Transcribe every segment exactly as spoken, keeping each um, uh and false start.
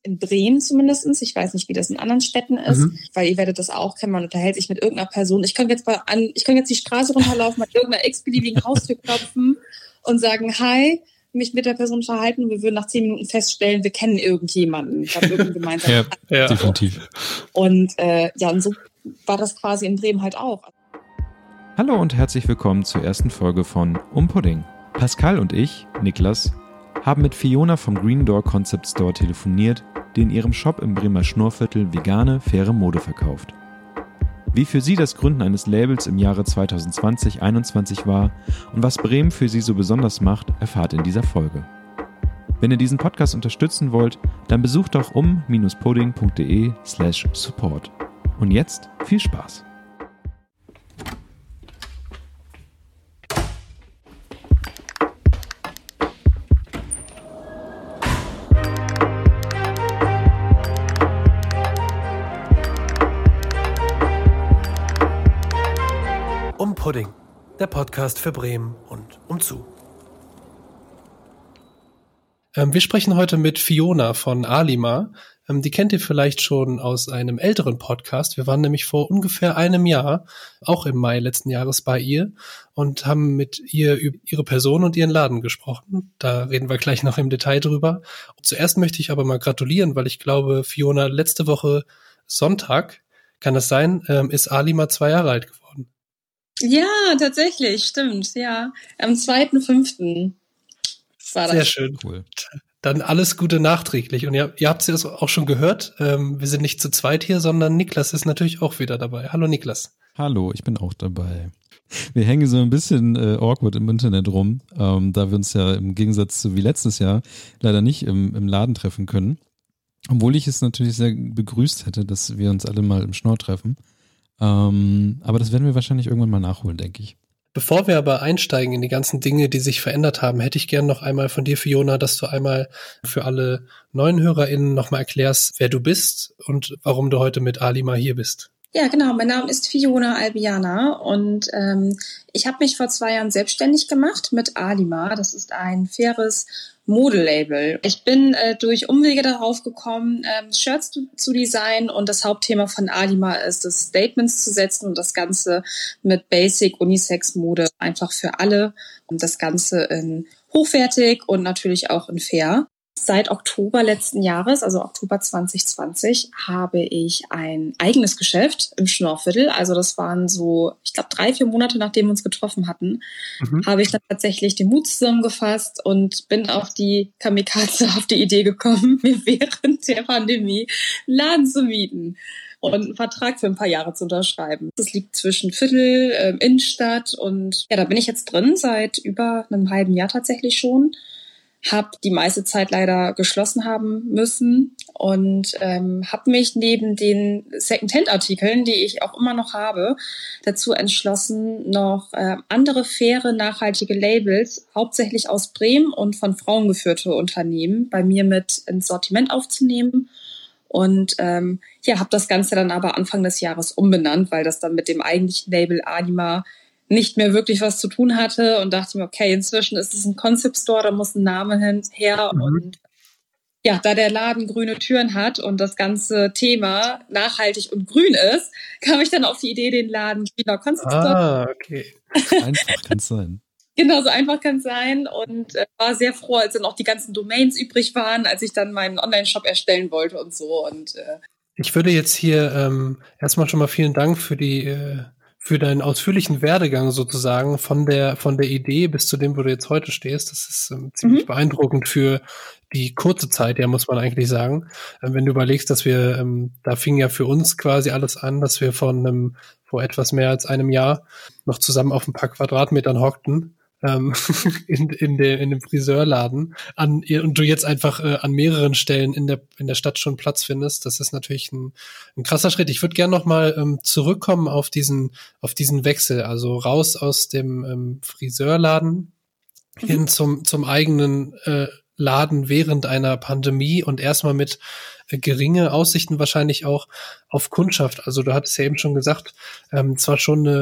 in Bremen zumindestens. Ich weiß nicht, wie das in anderen Städten ist, mhm. weil ihr werdet das auch kennen, man unterhält sich mit irgendeiner Person. Ich könnte jetzt bei an, ich könnte jetzt die Straße runterlaufen, mit irgendeiner x-beliebigen Haustür klopfen und sagen, hi, mich mit der Person verhalten. Wir würden nach zehn Minuten feststellen, wir kennen irgendjemanden. Ich habe irgendeinen gemeinsamen ja, ja, definitiv. Und äh, ja, und so war das quasi in Bremen halt auch. Hallo und herzlich willkommen zur ersten Folge von Umpudding. Pascal und ich, Niklas, haben mit Fiona vom Green Door Concept Store telefoniert, die in ihrem Shop im Bremer Schnurrviertel vegane, faire Mode verkauft. Wie für sie das Gründen eines Labels im Jahre zwanzig zwanzig einundzwanzig war und was Bremen für sie so besonders macht, erfahrt in dieser Folge. Wenn ihr diesen Podcast unterstützen wollt, dann besucht doch um-pudding.de slash support. Und jetzt viel Spaß! Umpudding, der Podcast für Bremen und umzu. Ähm, wir sprechen heute mit Fiona von Alima. Ähm, die kennt ihr vielleicht schon aus einem älteren Podcast. Wir waren nämlich vor ungefähr einem Jahr, auch im Mai letzten Jahres, bei ihr und haben mit ihr über ihre Person und ihren Laden gesprochen. Da reden wir gleich noch im Detail drüber. Zuerst möchte ich aber mal gratulieren, weil ich glaube, Fiona, letzte Woche Sonntag, kann das sein, ähm, ist Alima zwei Jahre alt geworden. Ja, tatsächlich, stimmt, ja. Am zweiten fünften war das. Sehr schön. Cool. Dann alles Gute nachträglich. Und ihr, ihr habt es ja auch schon gehört, ähm, wir sind nicht zu zweit hier, sondern Niklas ist natürlich auch wieder dabei. Hallo Niklas. Hallo, ich bin auch dabei. Wir hängen so ein bisschen äh, awkward im Internet rum, ähm, da wir uns ja im Gegensatz zu wie letztes Jahr leider nicht im, im Laden treffen können. Obwohl ich es natürlich sehr begrüßt hätte, dass wir uns alle mal im Schnorr treffen. Ähm, aber das werden wir wahrscheinlich irgendwann mal nachholen, denke ich. Bevor wir aber einsteigen in die ganzen Dinge, die sich verändert haben, hätte ich gern noch einmal von dir, Fiona, dass du einmal für alle neuen HörerInnen nochmal erklärst, wer du bist und warum du heute mit Alima hier bist. Ja, genau. Mein Name ist Fiona Albiana und ähm, ich habe mich vor zwei Jahren selbstständig gemacht mit Alima. Das ist ein faires Modelabel. Ich bin äh, durch Umwege darauf gekommen, ähm, Shirts zu, zu designen und das Hauptthema von Alima ist es, Statements zu setzen und das Ganze mit Basic Unisex Mode einfach für alle und das Ganze in hochwertig und natürlich auch in fair. Seit Oktober letzten Jahres, also Oktober zwanzig zwanzig, habe ich ein eigenes Geschäft im Schnurrviertel. Also das waren so, ich glaube, drei, vier Monate, nachdem wir uns getroffen hatten, mhm. habe ich dann tatsächlich den Mut zusammengefasst und bin auf die Kamikaze, auf die Idee gekommen, mir während der Pandemie einen Laden zu mieten und einen Vertrag für ein paar Jahre zu unterschreiben. Das liegt zwischen Viertel, äh, Innenstadt und ja, da bin ich jetzt drin seit über einem halben Jahr tatsächlich schon. Habe die meiste Zeit leider geschlossen haben müssen und ähm, habe mich neben den Second-Hand-Artikeln, die ich auch immer noch habe, dazu entschlossen, noch äh, andere faire, nachhaltige Labels, hauptsächlich aus Bremen und von Frauen geführte Unternehmen, bei mir mit ins Sortiment aufzunehmen. Und ähm, ja, habe das Ganze dann aber Anfang des Jahres umbenannt, weil das dann mit dem eigentlichen Label Alima nicht mehr wirklich was zu tun hatte und dachte mir, okay, inzwischen ist es ein Concept Store, da muss ein Name hin, her mhm. und ja, da der Laden grüne Türen hat und das ganze Thema nachhaltig und grün ist, kam ich dann auf die Idee, den Laden Green Door Concept Store. Ah, okay. Einfach kann es sein. Genau, so einfach kann es sein und äh, war sehr froh, als dann auch die ganzen Domains übrig waren, als ich dann meinen Online-Shop erstellen wollte und so. Und äh, ich würde jetzt hier ähm, erstmal schon mal vielen Dank für die äh, für deinen ausführlichen Werdegang sozusagen von der von der Idee bis zu dem, wo du jetzt heute stehst. Das ist ähm, ziemlich mhm. beeindruckend für die kurze Zeit, ja, muss man eigentlich sagen. Ähm, wenn du überlegst, dass wir, ähm, da fing ja für uns quasi alles an, dass wir von einem, vor etwas mehr als einem Jahr noch zusammen auf ein paar Quadratmetern hockten, ähm, in, in, der, in dem Friseurladen an, und du jetzt einfach äh, an mehreren Stellen in der in der Stadt schon Platz findest, das ist natürlich ein, ein krasser Schritt. Ich würde gerne nochmal ähm, zurückkommen auf diesen auf diesen Wechsel, also raus aus dem ähm, Friseurladen mhm. hin zum zum eigenen äh, Laden während einer Pandemie und erstmal mit äh, geringe Aussichten wahrscheinlich auch auf Kundschaft. Also du hattest ja eben schon gesagt, ähm, zwar schon eine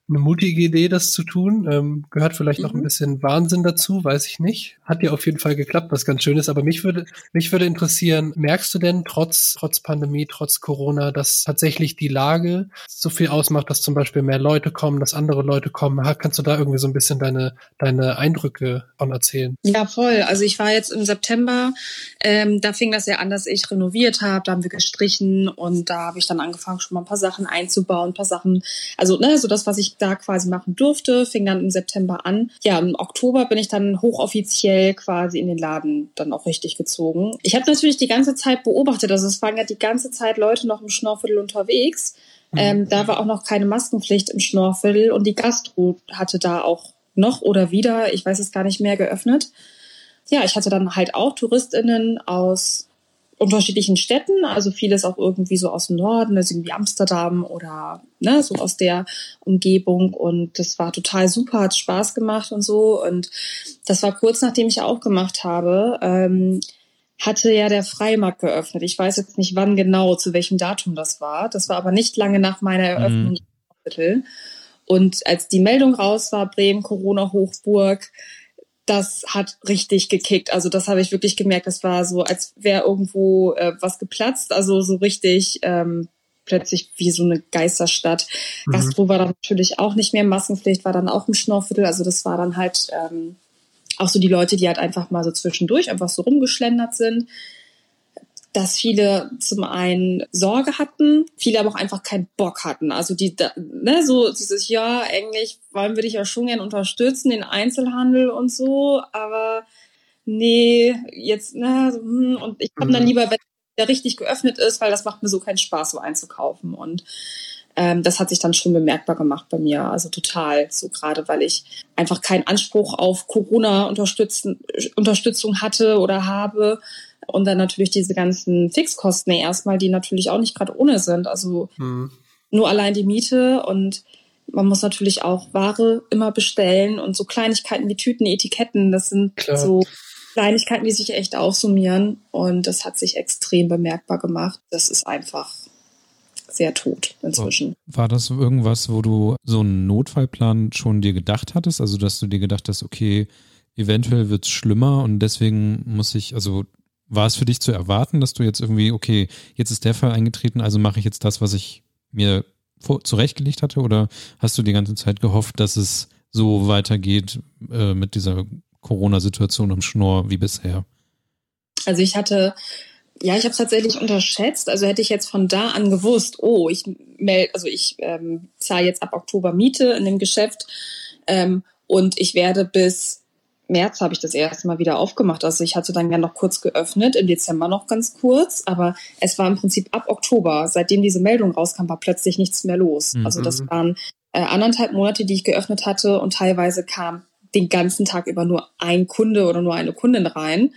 eine mutige Idee, das zu tun. Ähm, gehört vielleicht mhm. auch ein bisschen Wahnsinn dazu, weiß ich nicht. Hat ja auf jeden Fall geklappt, was ganz schön ist. Aber mich würde, mich würde interessieren, merkst du denn trotz, trotz Pandemie, trotz Corona, dass tatsächlich die Lage so viel ausmacht, dass zum Beispiel mehr Leute kommen, dass andere Leute kommen? Kannst du da irgendwie so ein bisschen deine, deine Eindrücke von erzählen? Ja, voll. Also ich war jetzt im September, ähm, da fing das ja an, dass ich renoviert habe, da haben wir gestrichen und da habe ich dann angefangen, schon mal ein paar Sachen einzubauen, ein paar Sachen, also ne, so das, was ich da quasi machen durfte, fing dann im September an. Ja, im Oktober bin ich dann hochoffiziell quasi in den Laden dann auch richtig gezogen. Ich habe natürlich die ganze Zeit beobachtet, also es waren ja die ganze Zeit Leute noch im Schnorrviertel unterwegs. Mhm. Ähm, da war auch noch keine Maskenpflicht im Schnorrviertel und die Gastro hatte da auch noch oder wieder, ich weiß es gar nicht mehr, geöffnet. Ja, ich hatte dann halt auch TouristInnen aus unterschiedlichen Städten, also vieles auch irgendwie so aus dem Norden, also irgendwie Amsterdam oder ne, so aus der Umgebung und das war total super, hat Spaß gemacht und so und das war kurz nachdem ich aufgemacht habe, ähm, hatte ja der Freimarkt geöffnet. Ich weiß jetzt nicht, wann genau, zu welchem Datum das war. Das war aber nicht lange nach meiner Eröffnung. Mhm. Und als die Meldung raus war, Bremen, Corona-Hochburg, das hat richtig gekickt. Also das habe ich wirklich gemerkt. Das war so, als wäre irgendwo äh, was geplatzt. Also so richtig ähm, plötzlich wie so eine Geisterstadt. Mhm. Gastro war dann natürlich auch nicht mehr. Maskenpflicht war dann auch im Schnorrviertel. Also das war dann halt ähm, auch so die Leute, die halt einfach mal so zwischendurch einfach so rumgeschlendert sind. Dass viele zum einen Sorge hatten, viele aber auch einfach keinen Bock hatten. Also die, ne, so dieses, ja, eigentlich wollen wir dich ja schon gern unterstützen, den Einzelhandel und so, aber nee, jetzt, ne, und ich komme dann lieber, wenn der richtig geöffnet ist, weil das macht mir so keinen Spaß, so einzukaufen. Und ähm, das hat sich dann schon bemerkbar gemacht bei mir, also total, so gerade, weil ich einfach keinen Anspruch auf Corona-Unterstützung hatte oder habe. Und dann natürlich diese ganzen Fixkosten erstmal, die natürlich auch nicht gerade ohne sind. Also hm. nur allein die Miete und man muss natürlich auch Ware immer bestellen und so Kleinigkeiten wie Tüten, Etiketten, das sind Klar. so Kleinigkeiten, die sich echt aufsummieren und das hat sich extrem bemerkbar gemacht. Das ist einfach sehr tot inzwischen. War das irgendwas, wo du so einen Notfallplan schon dir gedacht hattest? Also dass du dir gedacht hast, okay, eventuell wird's schlimmer und deswegen muss ich, also war es für dich zu erwarten, dass du jetzt irgendwie, okay, jetzt ist der Fall eingetreten, also mache ich jetzt das, was ich mir vor, zurechtgelegt hatte? Oder hast du die ganze Zeit gehofft, dass es so weitergeht äh, mit dieser Corona-Situation im Schnorr wie bisher? Also ich hatte, ja, ich habe es tatsächlich unterschätzt. Also hätte ich jetzt von da an gewusst, oh, ich melde, also ich ähm, zahle jetzt ab Oktober Miete in dem Geschäft ähm, und ich werde bis März habe ich das erste Mal wieder aufgemacht. Also ich hatte dann ja noch kurz geöffnet, im Dezember noch ganz kurz, aber es war im Prinzip ab Oktober, seitdem diese Meldung rauskam, war plötzlich nichts mehr los. Mhm. Also das waren äh, anderthalb Monate, die ich geöffnet hatte und teilweise kam den ganzen Tag über nur ein Kunde oder nur eine Kundin rein,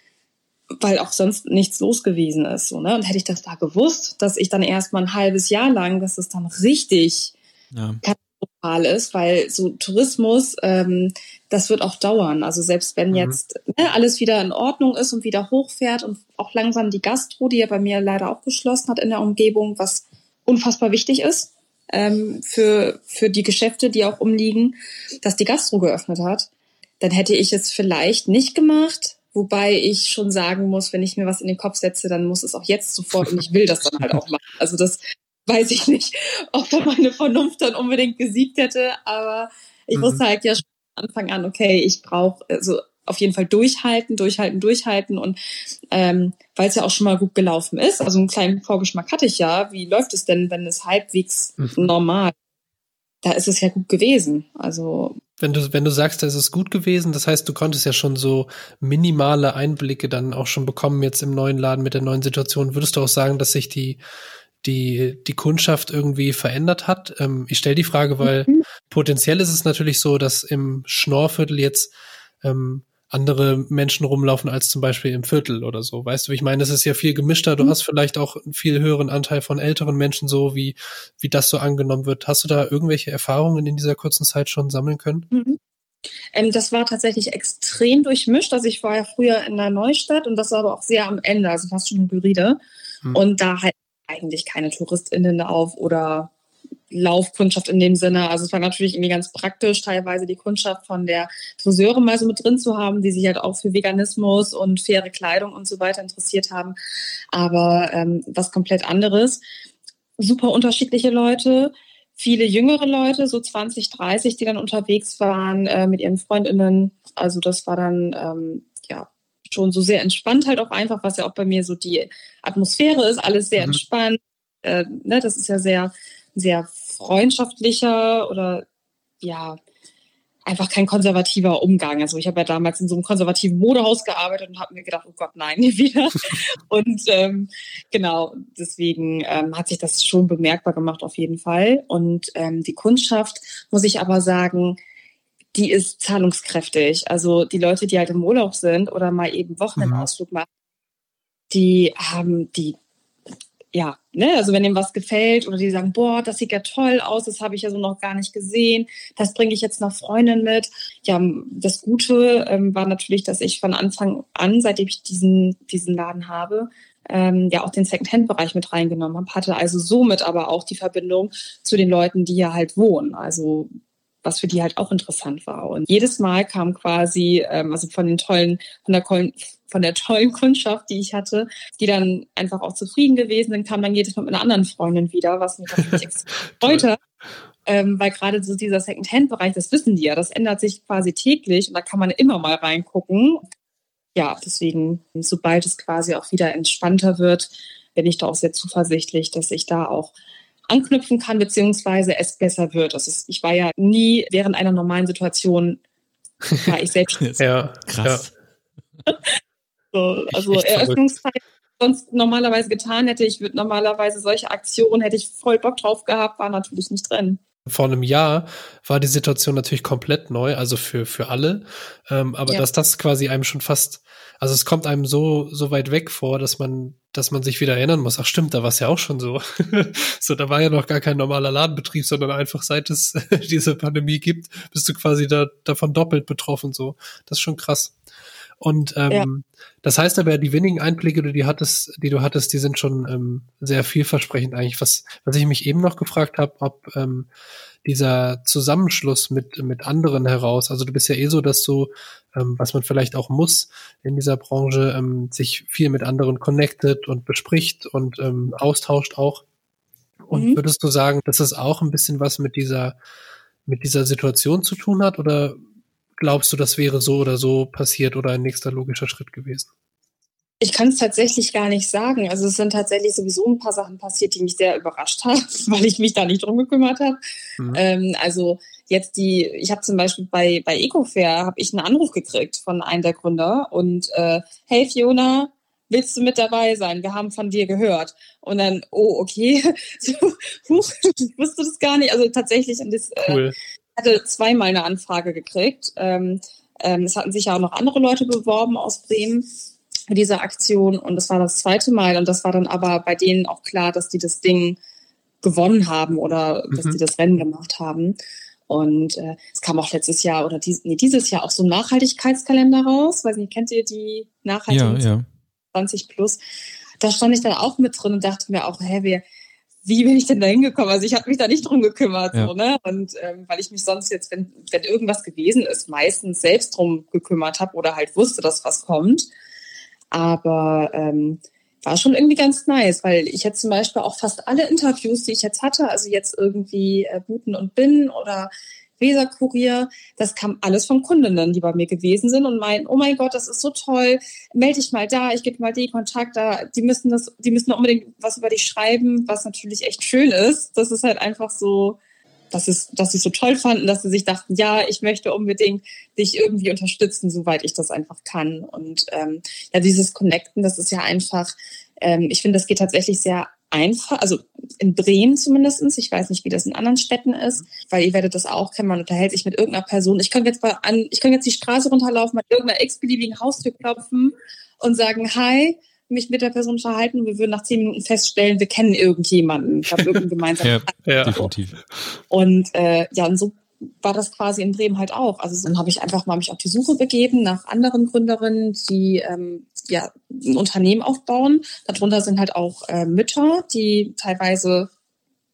weil auch sonst nichts los gewesen ist. So, ne? Und hätte ich das da gewusst, dass ich dann erst mal ein halbes Jahr lang, dass es dann richtig ja. katastrophal ist, weil so Tourismus, ähm, das wird auch dauern. Also selbst wenn mhm. jetzt ne, alles wieder in Ordnung ist und wieder hochfährt und auch langsam die Gastro, die ja bei mir leider auch geschlossen hat in der Umgebung, was unfassbar wichtig ist ähm, für, für die Geschäfte, die auch umliegen, dass die Gastro geöffnet hat, dann hätte ich es vielleicht nicht gemacht. Wobei ich schon sagen muss, wenn ich mir was in den Kopf setze, dann muss es auch jetzt sofort und ich will das dann halt auch machen. Also das weiß ich nicht, ob da meine Vernunft dann unbedingt gesiegt hätte, aber ich mhm. wusste halt ja schon von Anfang an, okay, ich brauche also auf jeden Fall durchhalten, durchhalten, durchhalten und ähm, weil es ja auch schon mal gut gelaufen ist, also einen kleinen Vorgeschmack hatte ich ja, wie läuft es denn, wenn es halbwegs mhm. normal, da ist es ja gut gewesen, also Wenn du, wenn du sagst, es ist gut gewesen, das heißt, du konntest ja schon so minimale Einblicke dann auch schon bekommen jetzt im neuen Laden mit der neuen Situation. Würdest du auch sagen, dass sich die, die, die Kundschaft irgendwie verändert hat? Ähm, ich stelle die Frage, weil mhm. potenziell ist es natürlich so, dass im Schnorrviertel jetzt ähm, andere Menschen rumlaufen als zum Beispiel im Viertel oder so. Weißt du, wie ich meine? Das ist ja viel gemischter. Du mhm. hast vielleicht auch einen viel höheren Anteil von älteren Menschen, so wie, wie das so angenommen wird. Hast du da irgendwelche Erfahrungen in dieser kurzen Zeit schon sammeln können? Mhm. Ähm, das war tatsächlich extrem durchmischt. Also ich war ja früher in der Neustadt und das war aber auch sehr am Ende, also fast schon in Büride. Mhm. Und da halt eigentlich keine TouristInnen auf oder Laufkundschaft in dem Sinne. Also es war natürlich irgendwie ganz praktisch, teilweise die Kundschaft von der Friseure mal so mit drin zu haben, die sich halt auch für Veganismus und faire Kleidung und so weiter interessiert haben. Aber ähm, was komplett anderes. Super unterschiedliche Leute, viele jüngere Leute, so zwanzig, dreißig, die dann unterwegs waren äh, mit ihren Freundinnen. Also das war dann ähm, ja schon so sehr entspannt halt auch einfach, was ja auch bei mir so die Atmosphäre ist, alles sehr mhm. entspannt. Äh, ne, das ist ja sehr sehr freundschaftlicher oder ja, einfach kein konservativer Umgang. Also ich habe ja damals in so einem konservativen Modehaus gearbeitet und habe mir gedacht, oh Gott, nein, nie wieder. Und ähm, genau, deswegen ähm, hat sich das schon bemerkbar gemacht auf jeden Fall. Und ähm, die Kundschaft, muss ich aber sagen, die ist zahlungskräftig. Also die Leute, die halt im Urlaub sind oder mal eben Wochenendausflug machen, die haben die ja, ne, also wenn ihm was gefällt oder die sagen, boah, das sieht ja toll aus, das habe ich ja so noch gar nicht gesehen, das bringe ich jetzt einer Freundin mit. Ja, das Gute ähm, war natürlich, dass ich von Anfang an, seitdem ich diesen, diesen Laden habe, ähm, ja auch den Second-Hand-Bereich mit reingenommen habe, hatte also somit aber auch die Verbindung zu den Leuten, die hier halt wohnen, also was für die halt auch interessant war. Und jedes Mal kam quasi, ähm, also von den tollen, von der tollen, von der tollen Kundschaft, die ich hatte, die dann einfach auch zufrieden gewesen sind, kam dann jedes Mal mit einer anderen Freundin wieder, was mich natürlich extrem freute. Ähm, weil gerade so dieser Second-Hand-Bereich, das wissen die ja, das ändert sich quasi täglich und da kann man immer mal reingucken. Ja, deswegen, sobald es quasi auch wieder entspannter wird, bin ich da auch sehr zuversichtlich, dass ich da auch anknüpfen kann, beziehungsweise es besser wird. Das ist, ich war ja nie während einer normalen Situation, war ich selbst. Ja, krass. Ja. So, also Eröffnungszeit sonst normalerweise getan hätte, ich würde normalerweise solche Aktionen, hätte ich voll Bock drauf gehabt, war natürlich nicht drin. Vor einem Jahr war die Situation natürlich komplett neu, also für für alle. Ähm, aber ja. dass das quasi einem schon fast, also es kommt einem so so weit weg vor, dass man dass man sich wieder erinnern muss. Ach stimmt, da war es ja auch schon so. So, da war ja noch gar kein normaler Ladenbetrieb, sondern einfach seit es diese Pandemie gibt, bist du quasi da davon doppelt betroffen. So, das ist schon krass. Und ähm, ja. das heißt aber, die wenigen Einblicke, die du hattest, die du hattest, die sind schon ähm, sehr vielversprechend eigentlich. Was, was ich mich eben noch gefragt habe, ob ähm, dieser Zusammenschluss mit mit anderen heraus, also du bist ja eh so, dass du, ähm, was man vielleicht auch muss in dieser Branche, ähm, sich viel mit anderen connectet und bespricht und ähm, austauscht auch. Und mhm. würdest du sagen, dass das auch ein bisschen was mit dieser mit dieser Situation zu tun hat, oder glaubst du, das wäre so oder so passiert oder ein nächster logischer Schritt gewesen? Ich kann es tatsächlich gar nicht sagen. Also es sind tatsächlich sowieso ein paar Sachen passiert, die mich sehr überrascht haben, weil ich mich da nicht drum gekümmert habe. Mhm. Ähm, also jetzt die, ich habe zum Beispiel bei bei Ecofair habe ich einen Anruf gekriegt von einem der Gründer und äh, hey Fiona, willst du mit dabei sein? Wir haben von dir gehört. Und dann, oh okay, so, huch, ich wusste das gar nicht. Also tatsächlich, und das cool. äh, hatte zweimal eine Anfrage gekriegt. Ähm, ähm, es hatten sich ja auch noch andere Leute beworben aus Bremen für diese Aktion und das war das zweite Mal und das war dann aber bei denen auch klar, dass die das Ding gewonnen haben oder mhm. dass die das Rennen gemacht haben. Und äh, es kam auch letztes Jahr oder dies, nee, dieses Jahr auch so ein Nachhaltigkeitskalender raus. Weiß nicht, kennt ihr die Nachhaltigkeit ja, ja. zwanzig plus? Da stand ich dann auch mit drin und dachte mir auch, hä, wir wie bin ich denn da hingekommen? Also ich habe mich da nicht drum gekümmert, ja. so, ne? Und ähm, weil ich mich sonst jetzt, wenn, wenn irgendwas gewesen ist, meistens selbst drum gekümmert habe oder halt wusste, dass was kommt. Aber ähm, war schon irgendwie ganz nice, weil ich jetzt zum Beispiel auch fast alle Interviews, die ich jetzt hatte, also jetzt irgendwie äh, Buten und Bin oder Weserkurier, das kam alles von Kundinnen, die bei mir gewesen sind und meinen, oh mein Gott, das ist so toll, melde dich mal da, ich gebe mal die Kontakte, die müssen das, die müssen unbedingt was über dich schreiben, was natürlich echt schön ist. Das ist halt einfach so, dass es, dass sie es so toll fanden, dass sie sich dachten, ja, ich möchte unbedingt dich irgendwie unterstützen, soweit ich das einfach kann. Und ähm, ja, dieses Connecten, das ist ja einfach, ähm, ich finde, das geht tatsächlich sehr einfach, also in Bremen zumindestens. Ich weiß nicht, wie das in anderen Städten ist, weil ihr werdet das auch kennen, man unterhält sich mit irgendeiner Person. Ich kann jetzt bei an, ich kann jetzt die Straße runterlaufen, mit irgendeiner x-beliebigen Haustür klopfen und sagen, hi, mich mit der Person verhalten. Wir würden nach zehn Minuten feststellen, wir kennen irgendjemanden. Ich habe irgendeinen gemeinsamen. ja, ja, definitiv. Und äh, ja, und so war das quasi in Bremen halt auch. Also dann habe ich einfach mal mich auf die Suche begeben nach anderen Gründerinnen, die ähm, ja ein Unternehmen aufbauen. Darunter sind halt auch äh, Mütter, die teilweise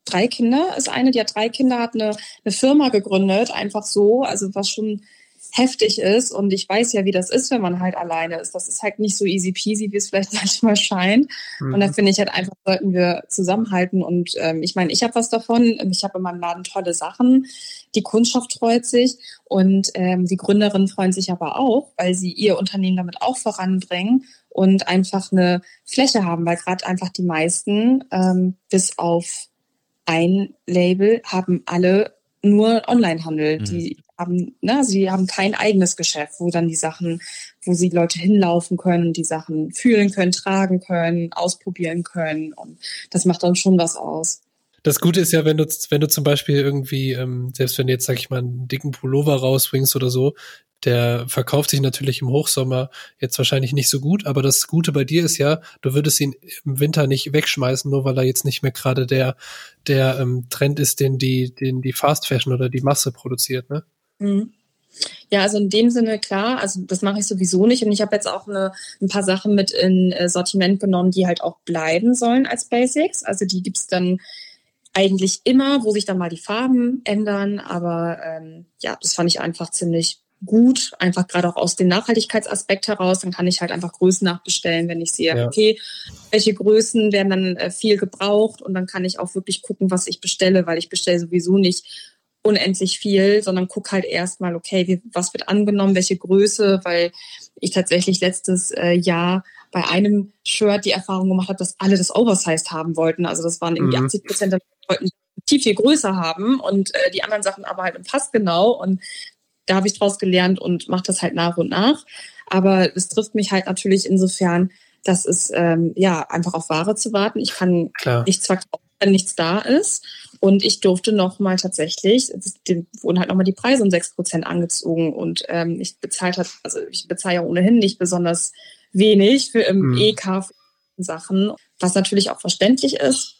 drei Kinder ist eine, die hat drei Kinder, hat eine, eine Firma gegründet, einfach so, also was schon heftig ist. Und ich weiß ja, wie das ist, wenn man halt alleine ist. Das ist halt nicht so easy peasy, wie es vielleicht manchmal scheint. Mhm. Und da finde ich halt einfach, sollten wir zusammenhalten. Und ähm, ich meine, ich habe was davon. Ich habe in meinem Laden tolle Sachen. Die Kundschaft freut sich und ähm, die Gründerinnen freuen sich aber auch, weil sie ihr Unternehmen damit auch voranbringen und einfach eine Fläche haben, weil gerade einfach die meisten, ähm, bis auf ein Label, haben alle nur Onlinehandel. Mhm. Die haben, ne, sie haben kein eigenes Geschäft, wo dann die Sachen, wo sie Leute hinlaufen können, die Sachen fühlen können, tragen können, ausprobieren können. Und das macht dann schon was aus. Das Gute ist ja, wenn du, wenn du zum Beispiel irgendwie, ähm, selbst wenn du jetzt, sag ich mal, einen dicken Pullover rausbringst oder so, der verkauft sich natürlich im Hochsommer jetzt wahrscheinlich nicht so gut, aber das Gute bei dir ist ja, du würdest ihn im Winter nicht wegschmeißen, nur weil er jetzt nicht mehr gerade der, der ähm, Trend ist, den die, den die Fast Fashion oder die Masse produziert, ne? Mhm. Ja, also in dem Sinne, klar, also das mache ich sowieso nicht und ich habe jetzt auch eine, ein paar Sachen mit in äh, Sortiment genommen, die halt auch bleiben sollen als Basics, also die gibt's dann eigentlich immer, wo sich dann mal die Farben ändern, aber ähm, ja, das fand ich einfach ziemlich gut, einfach gerade auch aus dem Nachhaltigkeitsaspekt heraus, dann kann ich halt einfach Größen nachbestellen, wenn ich sehe, ja. okay, welche Größen werden dann äh, viel gebraucht und dann kann ich auch wirklich gucken, was ich bestelle, weil ich bestelle sowieso nicht unendlich viel, sondern gucke halt erstmal, okay, wie, was wird angenommen, welche Größe, weil ich tatsächlich letztes äh, Jahr bei einem Shirt die Erfahrung gemacht habe, dass alle das Oversized haben wollten, also das waren irgendwie mhm. achtzig Prozent der wollten viel, viel größer haben und äh, die anderen Sachen aber halt im Passgenau und da habe ich draus gelernt und mache das halt nach und nach. Aber es trifft mich halt natürlich insofern, dass es ähm, ja einfach auf Ware zu warten. Ich kann Klar. nichts verkaufen, wenn nichts da ist. Und ich durfte noch mal tatsächlich, es wurden halt noch mal die Preise um sechs Prozent angezogen. Und ähm, ich bezahlt hat, also ich bezahle ja ohnehin nicht besonders wenig für im hm. E K Sachen, was natürlich auch verständlich ist.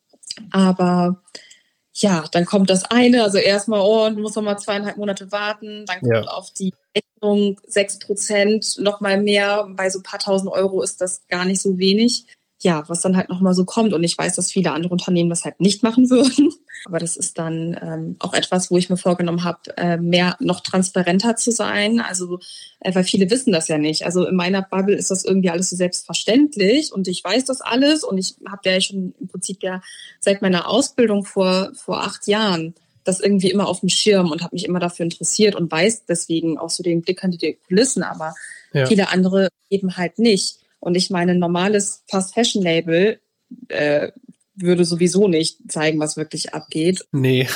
Aber ja, dann kommt das eine, also erstmal, oh, du musst noch mal zweieinhalb Monate warten, dann kommt ja. auf die Rechnung sechs Prozent noch mal mehr, bei so ein paar tausend Euro ist das gar nicht so wenig. Ja, was dann halt noch mal so kommt und ich weiß, dass viele andere Unternehmen das halt nicht machen würden, aber das ist dann ähm, auch etwas, wo ich mir vorgenommen habe, äh, mehr noch transparenter zu sein, also äh, weil viele wissen das ja nicht, also in meiner Bubble ist das irgendwie alles so selbstverständlich und ich weiß das alles und ich habe ja schon im Prinzip ja seit meiner Ausbildung vor vor acht Jahren das irgendwie immer auf dem Schirm und habe mich immer dafür interessiert und weiß deswegen auch so den Blick hinter die Kulissen, aber ja. viele andere eben halt nicht. Und ich meine, ein normales Fast-Fashion-Label äh, würde sowieso nicht zeigen, was wirklich abgeht. Nee.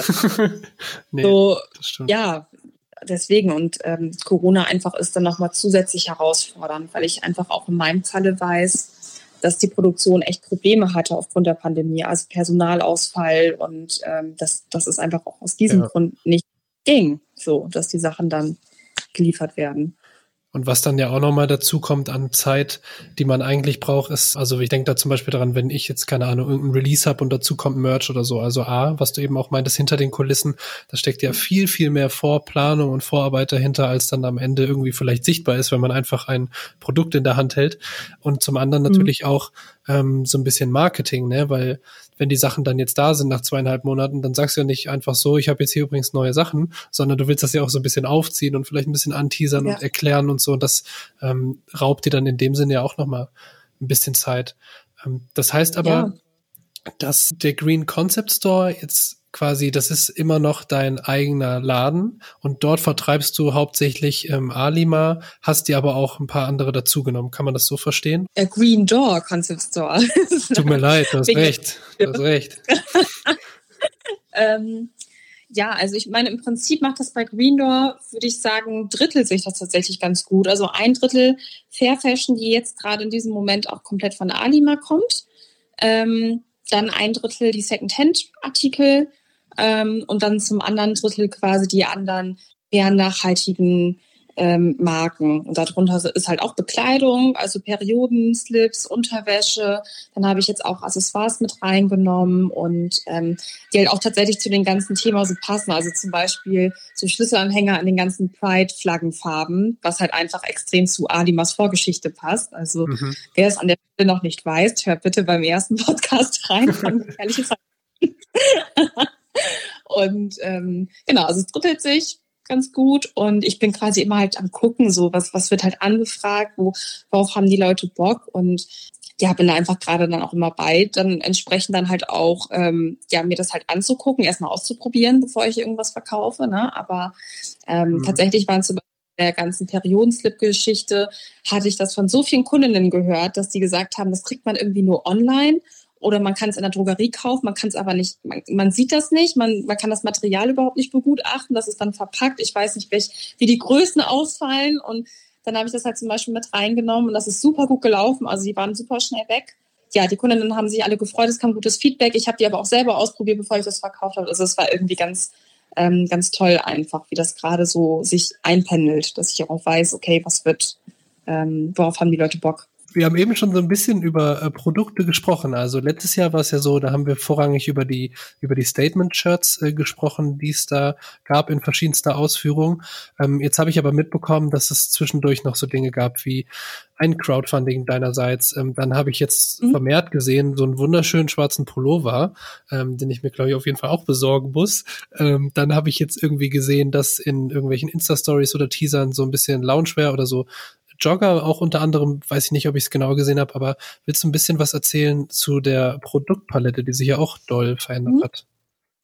nee so, das stimmt. Ja, deswegen. Und ähm, Corona einfach ist dann nochmal zusätzlich herausfordernd, weil ich einfach auch in meinem Falle weiß, dass die Produktion echt Probleme hatte aufgrund der Pandemie, also Personalausfall. Und ähm, dass, dass es einfach auch aus diesem ja. Grund nicht ging, so dass die Sachen dann geliefert werden. Und was dann ja auch nochmal dazu kommt an Zeit, die man eigentlich braucht, ist, also ich denke da zum Beispiel daran, wenn ich jetzt, keine Ahnung, irgendein Release habe und dazu kommt Merch oder so. Also A, was du eben auch meintest, hinter den Kulissen, da steckt ja viel, viel mehr Vorplanung und Vorarbeit dahinter, als dann am Ende irgendwie vielleicht sichtbar ist, wenn man einfach ein Produkt in der Hand hält. Und zum anderen natürlich mhm. auch ähm, so ein bisschen Marketing, ne, weil wenn die Sachen dann jetzt da sind nach zweieinhalb Monaten, dann sagst du ja nicht einfach so, ich habe jetzt hier übrigens neue Sachen, sondern du willst das ja auch so ein bisschen aufziehen und vielleicht ein bisschen anteasern ja. und erklären und so. Und das ähm, raubt dir dann in dem Sinne ja auch nochmal ein bisschen Zeit. Ähm, das heißt aber, ja. dass der Green Concept Store jetzt quasi, das ist immer noch dein eigener Laden und dort vertreibst du hauptsächlich ähm, Alima, hast dir aber auch ein paar andere dazugenommen. Kann man das so verstehen? A Green Door Concept Store. Tut mir leid, du hast recht. Du hast recht. ähm, ja, also ich meine, im Prinzip macht das bei Green Door, würde ich sagen, drittelt sich das tatsächlich ganz gut. Also ein Drittel Fair Fashion, die jetzt gerade in diesem Moment auch komplett von Alima kommt. Ähm, dann ein Drittel die Second-Hand-Artikel ähm, und dann zum anderen Drittel quasi die anderen eher nachhaltigen ähm, Marken. Und darunter ist halt auch Bekleidung, also Perioden, Slips, Unterwäsche. Dann habe ich jetzt auch Accessoires mit reingenommen und ähm, die halt auch tatsächlich zu dem ganzen Thema so passen. Also zum Beispiel so Schlüsselanhänger in den ganzen Pride-Flaggenfarben, was halt einfach extrem zu Alimas Vorgeschichte passt. Also mhm. wer es an der Stelle noch nicht weiß, hört bitte beim ersten Podcast rein. Ehrliches Und ähm, genau, also es drittelt sich ganz gut und ich bin quasi immer halt am gucken, so was was wird halt angefragt, wo worauf haben die Leute Bock und ja, bin da einfach gerade dann auch immer bei, dann entsprechend dann halt auch ähm, ja mir das halt anzugucken, erstmal auszuprobieren, bevor ich irgendwas verkaufe, ne? Aber ähm, mhm. tatsächlich waren zum Beispiel der ganzen Periodenslip-Geschichte hatte ich das von so vielen Kundinnen gehört, dass die gesagt haben, das kriegt man irgendwie nur online oder man kann es in der Drogerie kaufen, man kann es aber nicht, man, man sieht das nicht, man, man kann das Material überhaupt nicht begutachten, das ist dann verpackt, ich weiß nicht, welch, wie die Größen ausfallen und dann habe ich das halt zum Beispiel mit reingenommen und das ist super gut gelaufen, also die waren super schnell weg. Ja, die Kundinnen haben sich alle gefreut, es kam gutes Feedback, ich habe die aber auch selber ausprobiert, bevor ich das verkauft habe, also es war irgendwie ganz Ähm, ganz toll einfach, wie das gerade so sich einpendelt, dass ich auch weiß, okay, was wird, ähm, worauf haben die Leute Bock? Wir haben eben schon so ein bisschen über äh, Produkte gesprochen. Also letztes Jahr war es ja so, da haben wir vorrangig über die über die Statement-Shirts äh, gesprochen, die es da gab in verschiedenster Ausführung. Ähm, jetzt habe ich aber mitbekommen, dass es zwischendurch noch so Dinge gab wie ein Crowdfunding deinerseits. Ähm, dann habe ich jetzt mhm. vermehrt gesehen, so einen wunderschönen schwarzen Pullover, ähm, den ich mir, glaube ich, auf jeden Fall auch besorgen muss. Ähm, dann habe ich jetzt irgendwie gesehen, dass in irgendwelchen Insta-Stories oder Teasern so ein bisschen Loungewear oder so Jogger auch unter anderem, weiß ich nicht, ob ich es genau gesehen habe, aber willst du ein bisschen was erzählen zu der Produktpalette, die sich ja auch doll verändert mhm. hat?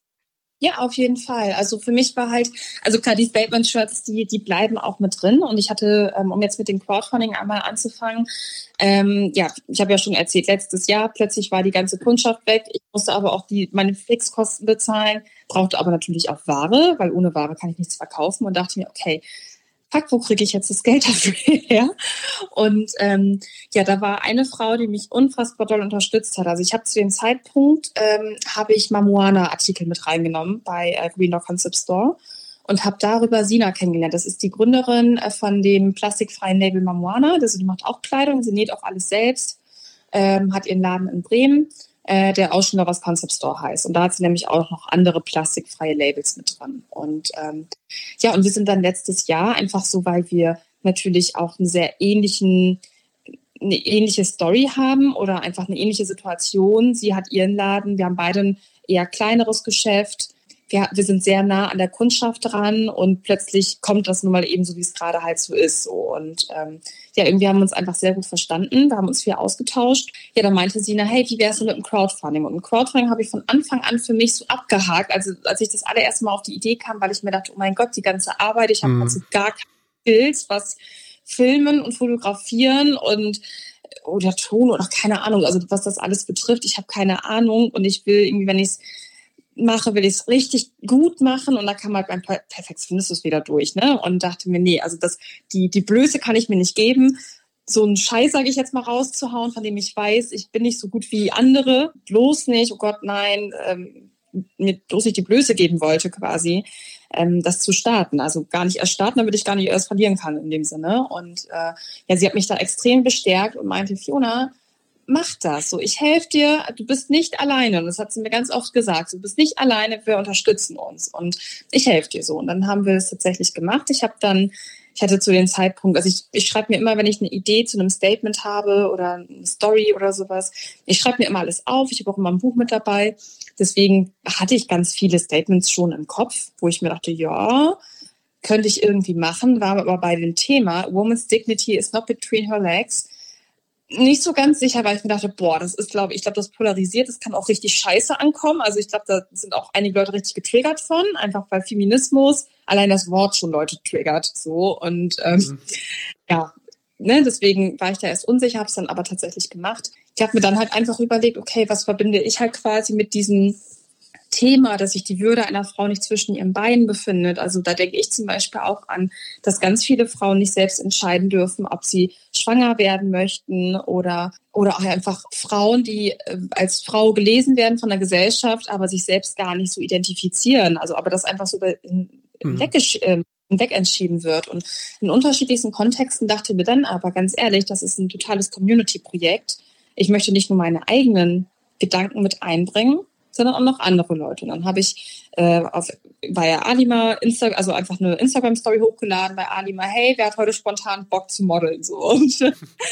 Ja, auf jeden Fall. Also für mich war halt, also klar, die Statement-Shirts, die die bleiben auch mit drin. Und ich hatte, ähm, um jetzt mit dem Crowdfunding einmal anzufangen, ähm, ja, ich habe ja schon erzählt, letztes Jahr plötzlich war die ganze Kundschaft weg. Ich musste aber auch die meine Fixkosten bezahlen, brauchte aber natürlich auch Ware, weil ohne Ware kann ich nichts verkaufen und dachte mir, okay, fuck, wo kriege ich jetzt das Geld dafür her? Und ähm, ja, da war eine Frau, die mich unfassbar doll unterstützt hat. Also ich habe zu dem Zeitpunkt, ähm, habe ich Mamuana-Artikel mit reingenommen bei äh, Green Door Concept Store und habe darüber Sina kennengelernt. Das ist die Gründerin äh, von dem plastikfreien Label Mamuana. Das, die macht auch Kleidung, sie näht auch alles selbst, ähm, hat ihren Laden in Bremen, äh, der auch schon noch was Concept Store heißt. Und da hat sie nämlich auch noch andere plastikfreie Labels mit dran. Und ähm, ja, und wir sind dann letztes Jahr einfach so, weil wir natürlich auch einen sehr ähnlichen, eine ähnliche Story haben oder einfach eine ähnliche Situation. Sie hat ihren Laden, wir haben beide ein eher kleineres Geschäft. Wir, wir sind sehr nah an der Kundschaft dran und plötzlich kommt das nun mal eben so, wie es gerade halt so ist. So. Und ähm, ja, irgendwie haben wir uns einfach sehr gut verstanden. Wir haben uns viel ausgetauscht. Ja, dann meinte sie, na hey, wie wär's denn mit dem Crowdfunding? Und im Crowdfunding habe ich von Anfang an für mich so abgehakt. Also als ich das allererste Mal auf die Idee kam, weil ich mir dachte, oh mein Gott, die ganze Arbeit, ich habe mm. also gar keine Skills, was Filmen und Fotografieren und oder Ton oder keine Ahnung, also was das alles betrifft. Ich habe keine Ahnung und ich will irgendwie, wenn ich es mache, will ich es richtig gut machen und da kam halt mein Perfektionismus wieder durch, ne? Und dachte mir, nee, also das, die, die Blöße kann ich mir nicht geben, so einen Scheiß, sage ich jetzt mal, rauszuhauen, von dem ich weiß, ich bin nicht so gut wie andere, bloß nicht, oh Gott, nein, ähm, mir bloß nicht die Blöße geben wollte quasi, ähm, das zu starten. Also gar nicht erst starten, damit ich gar nicht erst verlieren kann in dem Sinne. Und äh, ja, sie hat mich da extrem bestärkt und meinte, Fiona, mach das. So, ich helfe dir, du bist nicht alleine. Und das hat sie mir ganz oft gesagt. Du bist nicht alleine, wir unterstützen uns. Und ich helfe dir so. Und dann haben wir es tatsächlich gemacht. Ich habe dann, ich hatte zu dem Zeitpunkt, also ich, ich schreibe mir immer, wenn ich eine Idee zu einem Statement habe oder eine Story oder sowas, ich schreibe mir immer alles auf. Ich habe auch immer ein Buch mit dabei. Deswegen hatte ich ganz viele Statements schon im Kopf, wo ich mir dachte, ja, könnte ich irgendwie machen, war aber bei dem Thema Woman's Dignity is not between her legs nicht so ganz sicher, weil ich mir dachte, boah, das ist, glaube ich, ich glaube, das polarisiert, das kann auch richtig scheiße ankommen. Also ich glaube, da sind auch einige Leute richtig getriggert von, einfach weil Feminismus allein das Wort schon Leute triggert. So und ähm, mhm. ja, ne, deswegen war ich da erst unsicher, habe es dann aber tatsächlich gemacht. Ich habe mir dann halt einfach überlegt, okay, was verbinde ich halt quasi mit diesem Thema, dass sich die Würde einer Frau nicht zwischen ihren Beinen befindet. Also da denke ich zum Beispiel auch an, dass ganz viele Frauen nicht selbst entscheiden dürfen, ob sie schwanger werden möchten oder oder auch einfach Frauen, die äh, als Frau gelesen werden von der Gesellschaft, aber sich selbst gar nicht so identifizieren. Also aber das einfach so in, mhm. weggesch- äh, wegentschieden wird. Und in unterschiedlichsten Kontexten dachte ich mir dann aber ganz ehrlich, das ist ein totales Community-Projekt. Ich möchte nicht nur meine eigenen Gedanken mit einbringen, sondern auch noch andere Leute. Und dann habe ich äh, auf, bei Alima Insta, also einfach eine Instagram-Story hochgeladen bei Alima, hey, wer hat heute spontan Bock zu modeln? So. Und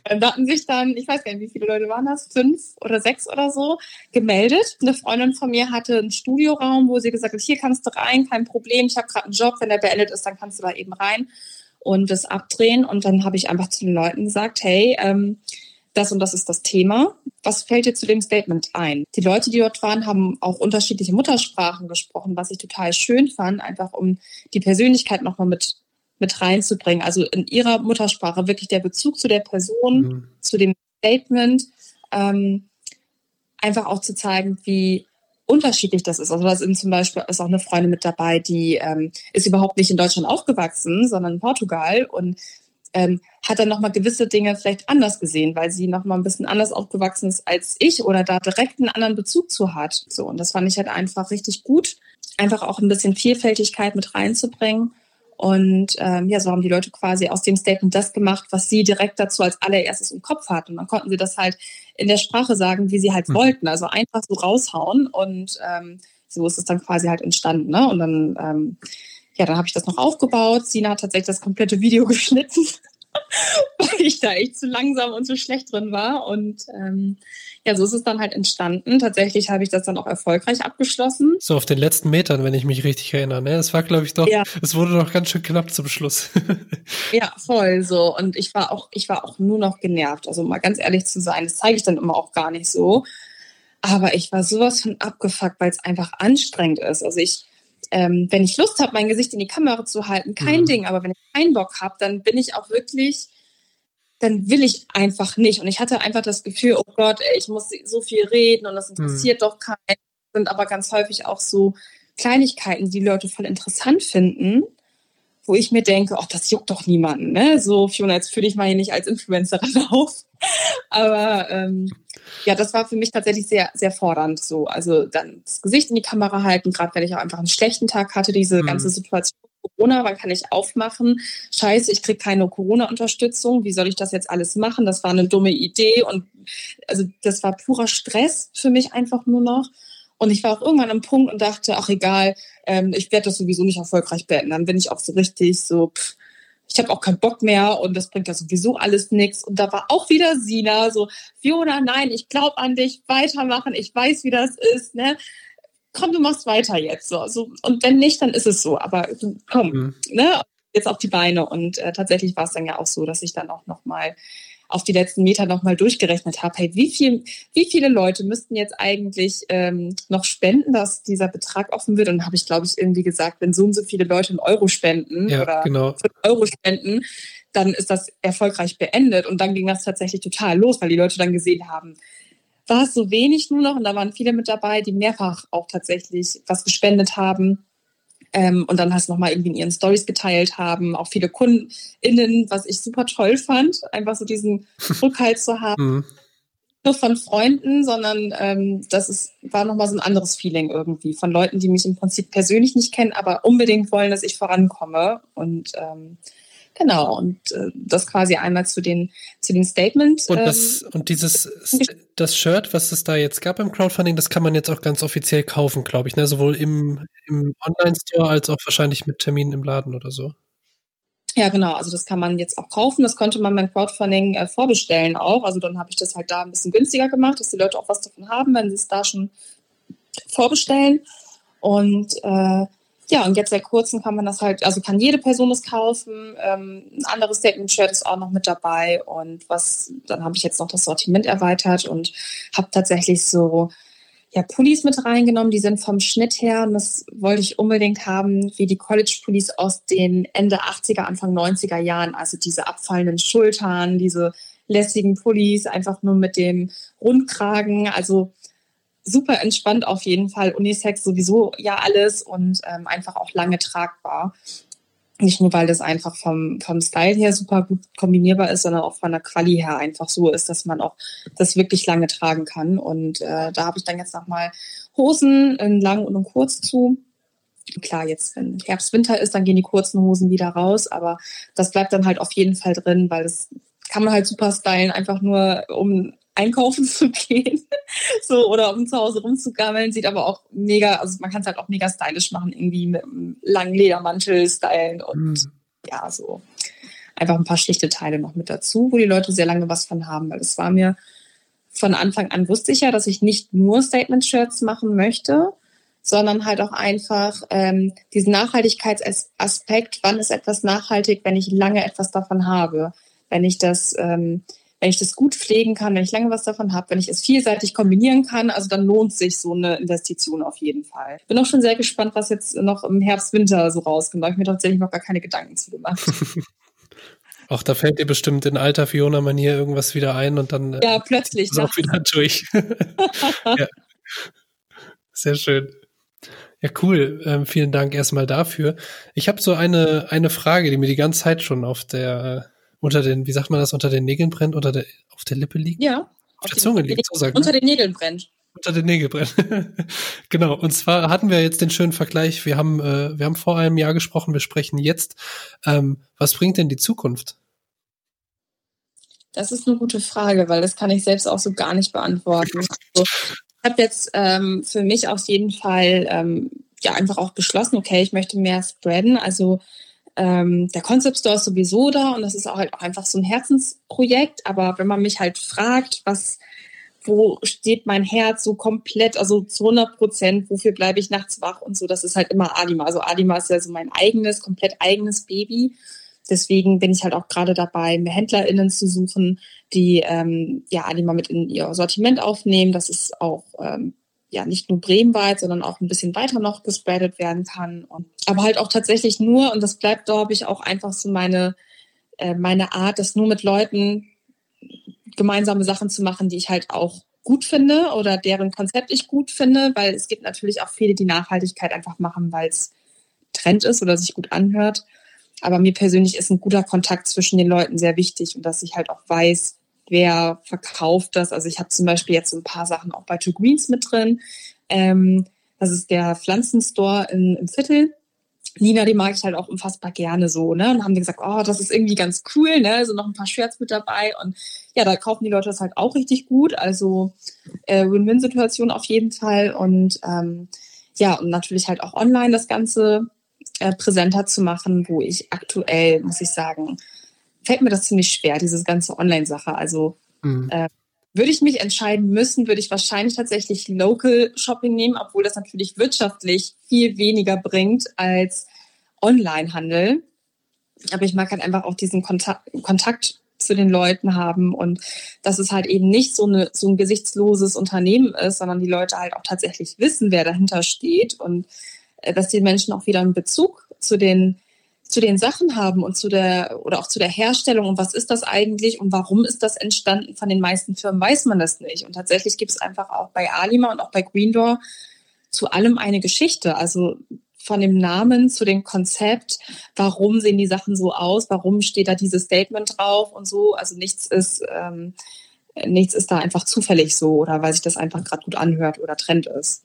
Da hatten sich dann, ich weiß gar nicht, wie viele Leute waren das, fünf oder sechs oder so, gemeldet. Eine Freundin von mir hatte einen Studioraum, wo sie gesagt hat, hier kannst du rein, kein Problem, ich habe gerade einen Job, wenn der beendet ist, dann kannst du da eben rein und das abdrehen. Und dann habe ich einfach zu den Leuten gesagt, hey, ähm, das und das ist das Thema. Was fällt dir zu dem Statement ein? Die Leute, die dort waren, haben auch unterschiedliche Muttersprachen gesprochen, was ich total schön fand, einfach um die Persönlichkeit nochmal mit mit reinzubringen. Also in ihrer Muttersprache wirklich der Bezug zu der Person, mhm. zu dem Statement, ähm, einfach auch zu zeigen, wie unterschiedlich das ist. Also da sind zum Beispiel ist auch eine Freundin mit dabei, die ähm, ist überhaupt nicht in Deutschland aufgewachsen, sondern in Portugal und ähm, hat dann nochmal gewisse Dinge vielleicht anders gesehen, weil sie nochmal ein bisschen anders aufgewachsen ist als ich oder da direkt einen anderen Bezug zu hat. So, und das fand ich halt einfach richtig gut, einfach auch ein bisschen Vielfältigkeit mit reinzubringen. Und ähm, ja, so haben die Leute quasi aus dem Statement das gemacht, was sie direkt dazu als allererstes im Kopf hatten. Und dann konnten sie das halt in der Sprache sagen, wie sie halt mhm. wollten. Also einfach so raushauen. Und ähm, so ist es dann quasi halt entstanden. Ne? Und dann, ähm, ja, dann habe ich das noch aufgebaut. Sina hat tatsächlich das komplette Video geschnitten, weil ich da echt zu langsam und zu schlecht drin war. Und ähm, ja, so ist es dann halt entstanden. Tatsächlich habe ich das dann auch erfolgreich abgeschlossen. So auf den letzten Metern, wenn ich mich richtig erinnere. Ne? Es war, glaube ich, doch, ja. es wurde doch ganz schön knapp zum Schluss. Ja, voll so. Und ich war auch, ich war auch nur noch genervt. Also mal ganz ehrlich zu sein, das zeige ich dann immer auch gar nicht so. Aber ich war sowas von abgefuckt, weil es einfach anstrengend ist. Also ich, ähm, wenn ich Lust habe, mein Gesicht in die Kamera zu halten, kein mhm. Ding. Aber wenn ich keinen Bock habe, dann bin ich auch wirklich... dann will ich einfach nicht. Und ich hatte einfach das Gefühl, oh Gott, ey, ich muss so viel reden und das interessiert hm. doch keinen. Das sind aber ganz häufig auch so Kleinigkeiten, die, die Leute voll interessant finden, wo ich mir denke, ach, das juckt doch niemanden. Ne? So, Fiona, jetzt fühle ich mal hier nicht als Influencerin auf. Aber ähm, ja, das war für mich tatsächlich sehr, sehr fordernd. So. Also dann das Gesicht in die Kamera halten, gerade wenn ich auch einfach einen schlechten Tag hatte, diese hm. ganze Situation. Corona, wann kann ich aufmachen? Scheiße, ich kriege keine Corona-Unterstützung. Wie soll ich das jetzt alles machen? Das war eine dumme Idee und also das war purer Stress für mich einfach nur noch. Und ich war auch irgendwann am Punkt und dachte, ach egal, ähm, ich werde das sowieso nicht erfolgreich beenden. Dann bin ich auch so richtig so, pff, ich habe auch keinen Bock mehr und das bringt ja sowieso alles nichts. Und da war auch wieder Sina so, Fiona, nein, ich glaube an dich, weitermachen, ich weiß, wie das ist, ne? Komm, du machst weiter jetzt. So. So, und wenn nicht, dann ist es so. Aber komm, mhm. ne? Jetzt auf die Beine. Und äh, tatsächlich war es dann ja auch so, dass ich dann auch nochmal auf die letzten Meter nochmal durchgerechnet habe, hey, wie viel, wie viele Leute müssten jetzt eigentlich ähm, noch spenden, dass dieser Betrag offen wird? Und dann habe ich, glaube ich, irgendwie gesagt, wenn so und so viele Leute einen Euro spenden ja, oder genau. fünf Euro spenden, dann ist das erfolgreich beendet. Und dann ging das tatsächlich total los, weil die Leute dann gesehen haben, war es so wenig nur noch und da waren viele mit dabei, die mehrfach auch tatsächlich was gespendet haben ähm, und dann hast nochmal irgendwie in ihren Stories geteilt haben, auch viele KundInnen, was ich super toll fand, einfach so diesen Rückhalt zu haben, mhm. nicht nur von Freunden, sondern ähm, das ist, war nochmal so ein anderes Feeling irgendwie, von Leuten, die mich im Prinzip persönlich nicht kennen, aber unbedingt wollen, dass ich vorankomme und ähm, genau, und äh, das quasi einmal zu den zu den Statements. Und das ähm, und dieses das Shirt, was es da jetzt gab im Crowdfunding, das kann man jetzt auch ganz offiziell kaufen, glaube ich, ne? Sowohl im, im Online-Store als auch wahrscheinlich mit Terminen im Laden oder so. Ja, genau, also das kann man jetzt auch kaufen, das konnte man beim Crowdfunding äh, vorbestellen auch, also dann habe ich das halt da ein bisschen günstiger gemacht, dass die Leute auch was davon haben, wenn sie es da schon vorbestellen und äh, ja, und jetzt seit kurzem kann man das halt, also kann jede Person das kaufen. Ähm, ein anderes Statement-Shirt ist auch noch mit dabei. Und was, dann habe ich jetzt noch das Sortiment erweitert und habe tatsächlich so ja, Pullis mit reingenommen. Die sind vom Schnitt her, und das wollte ich unbedingt haben, wie die College-Pullis aus den Ende achtziger, Anfang neunziger Jahren. Also diese abfallenden Schultern, diese lässigen Pullis, einfach nur mit dem Rundkragen. Also super entspannt auf jeden Fall. Unisex sowieso ja alles und ähm, einfach auch lange tragbar. Nicht nur, weil das einfach vom, vom Style her super gut kombinierbar ist, sondern auch von der Quali her einfach so ist, dass man auch das wirklich lange tragen kann. Und äh, da habe ich dann jetzt nochmal Hosen in lang und in kurz zu. Klar, jetzt wenn Herbst, Winter ist, dann gehen die kurzen Hosen wieder raus, aber das bleibt dann halt auf jeden Fall drin, weil das kann man halt super stylen, einfach nur um einkaufen zu gehen, so, oder um zu Hause rumzugammeln, sieht aber auch mega, also man kann es halt auch mega stylisch machen, irgendwie mit einem langen Ledermantel stylen und mhm. ja, so. einfach ein paar schlichte Teile noch mit dazu, wo die Leute sehr lange was von haben, weil es war mir von Anfang an, wusste ich ja, dass ich nicht nur Statement-Shirts machen möchte, sondern halt auch einfach ähm, diesen Nachhaltigkeitsaspekt, wann ist etwas nachhaltig, wenn ich lange etwas davon habe, wenn ich das, ähm, wenn ich das gut pflegen kann, wenn ich lange was davon habe, wenn ich es vielseitig kombinieren kann, also dann lohnt sich so eine Investition auf jeden Fall. Bin auch schon sehr gespannt, was jetzt noch im Herbst, Winter so rauskommt. Da habe ich mir tatsächlich noch gar keine Gedanken zu gemacht. Auch da fällt dir bestimmt in alter Fiona-Manier irgendwas wieder ein und dann ja, plötzlich ist auch wieder durch. Ja. Sehr schön. Ja, cool. Ähm, vielen Dank erstmal dafür. Ich habe so eine eine Frage, die mir die ganze Zeit schon auf der unter den, wie sagt man das, unter den Nägeln brennt, unter der auf der Lippe liegt? Ja. Auf, auf der Zunge liegt, so sagt Unter den Nägeln brennt. Unter den Nägeln brennt. Genau. Und zwar hatten wir jetzt den schönen Vergleich. Wir haben äh, wir haben vor einem Jahr gesprochen. Wir sprechen jetzt. Ähm, was bringt denn die Zukunft? Das ist eine gute Frage, weil das kann ich selbst auch so gar nicht beantworten. Also, ich habe jetzt ähm, für mich auf jeden Fall ähm, ja einfach auch beschlossen, okay, ich möchte mehr spreaden. Also ähm, der Concept Store ist sowieso da und das ist auch halt auch einfach so ein Herzensprojekt. Aber wenn man mich halt fragt, was, wo steht mein Herz so komplett, also zu hundert Prozent, wofür bleibe ich nachts wach und so, das ist halt immer Alima. Also Alima ist ja so mein eigenes, komplett eigenes Baby. Deswegen bin ich halt auch gerade dabei, mir HändlerInnen zu suchen, die ähm, ja Alima mit in ihr Sortiment aufnehmen, dass es auch ähm, ja nicht nur bremenweit, sondern auch ein bisschen weiter noch gespreadet werden kann. Und, aber halt auch tatsächlich nur, und das bleibt, glaube ich, auch einfach so meine, äh, meine Art, das nur mit Leuten gemeinsame Sachen zu machen, die ich halt auch gut finde oder deren Konzept ich gut finde, weil es gibt natürlich auch viele, die Nachhaltigkeit einfach machen, weil es Trend ist oder sich gut anhört. Aber mir persönlich ist ein guter Kontakt zwischen den Leuten sehr wichtig und dass ich halt auch weiß, wer verkauft das. Also ich habe zum Beispiel jetzt so ein paar Sachen auch bei Two Greens mit drin. Ähm, das ist der Pflanzenstore in, im Viertel. Nina, die mag ich halt auch unfassbar gerne so, ne? Und haben die gesagt, oh, das ist irgendwie ganz cool, ne? So noch ein paar Shirts mit dabei. Und ja, da kaufen die Leute das halt auch richtig gut. Also äh, Win-Win-Situation auf jeden Fall. Und ähm, ja, und natürlich halt auch online das Ganze Äh, präsenter zu machen, wo ich aktuell, muss ich sagen, fällt mir das ziemlich schwer, diese ganze Online-Sache. Also mhm. äh, würde ich mich entscheiden müssen, würde ich wahrscheinlich tatsächlich Local Shopping nehmen, obwohl das natürlich wirtschaftlich viel weniger bringt als Online-Handel. Aber ich mag halt einfach auch diesen Kontakt, Kontakt zu den Leuten haben und dass es halt eben nicht so, eine, so ein gesichtsloses Unternehmen ist, sondern die Leute halt auch tatsächlich wissen, wer dahinter steht und dass die Menschen auch wieder einen Bezug zu den, zu den Sachen haben und zu der, oder auch zu der Herstellung und was ist das eigentlich und warum ist das entstanden. Von den meisten Firmen weiß man das nicht. Und tatsächlich gibt es einfach auch bei Alima und auch bei Green Door zu allem eine Geschichte. Also von dem Namen zu dem Konzept, warum sehen die Sachen so aus, warum steht da dieses Statement drauf und so. Also nichts ist, ähm, nichts ist da einfach zufällig so oder weil sich das einfach gerade gut anhört oder Trend ist.